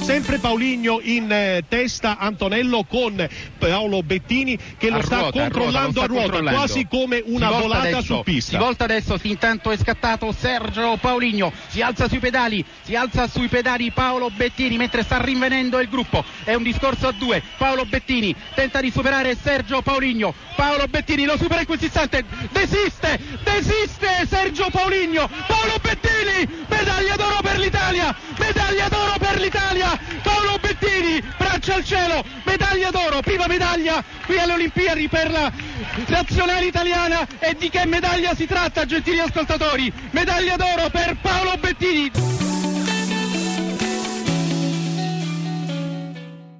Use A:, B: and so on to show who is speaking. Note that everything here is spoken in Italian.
A: sempre Paulinho in testa, Antonello con Paolo Bettini che lo sta controllando a ruota, quasi come una volata su pista.
B: Si volta adesso, intanto è scattato Sergio Paulinho, si alza sui pedali Paolo Bettini mentre sta rinvenendo il gruppo, è un discorso a due. Paolo Bettini tenta di superare Sergio Paulinho, Paolo Bettini lo supera in questo istante, desiste Sergio Paulinho, Paolo Bettini, medaglia d'oro per l'Italia, Paolo Bettini, braccia al cielo, medaglia d'oro, prima medaglia qui alle Olimpiadi per la nazionale italiana. E di che medaglia si tratta, gentili ascoltatori? Medaglia d'oro per Paolo Bettini.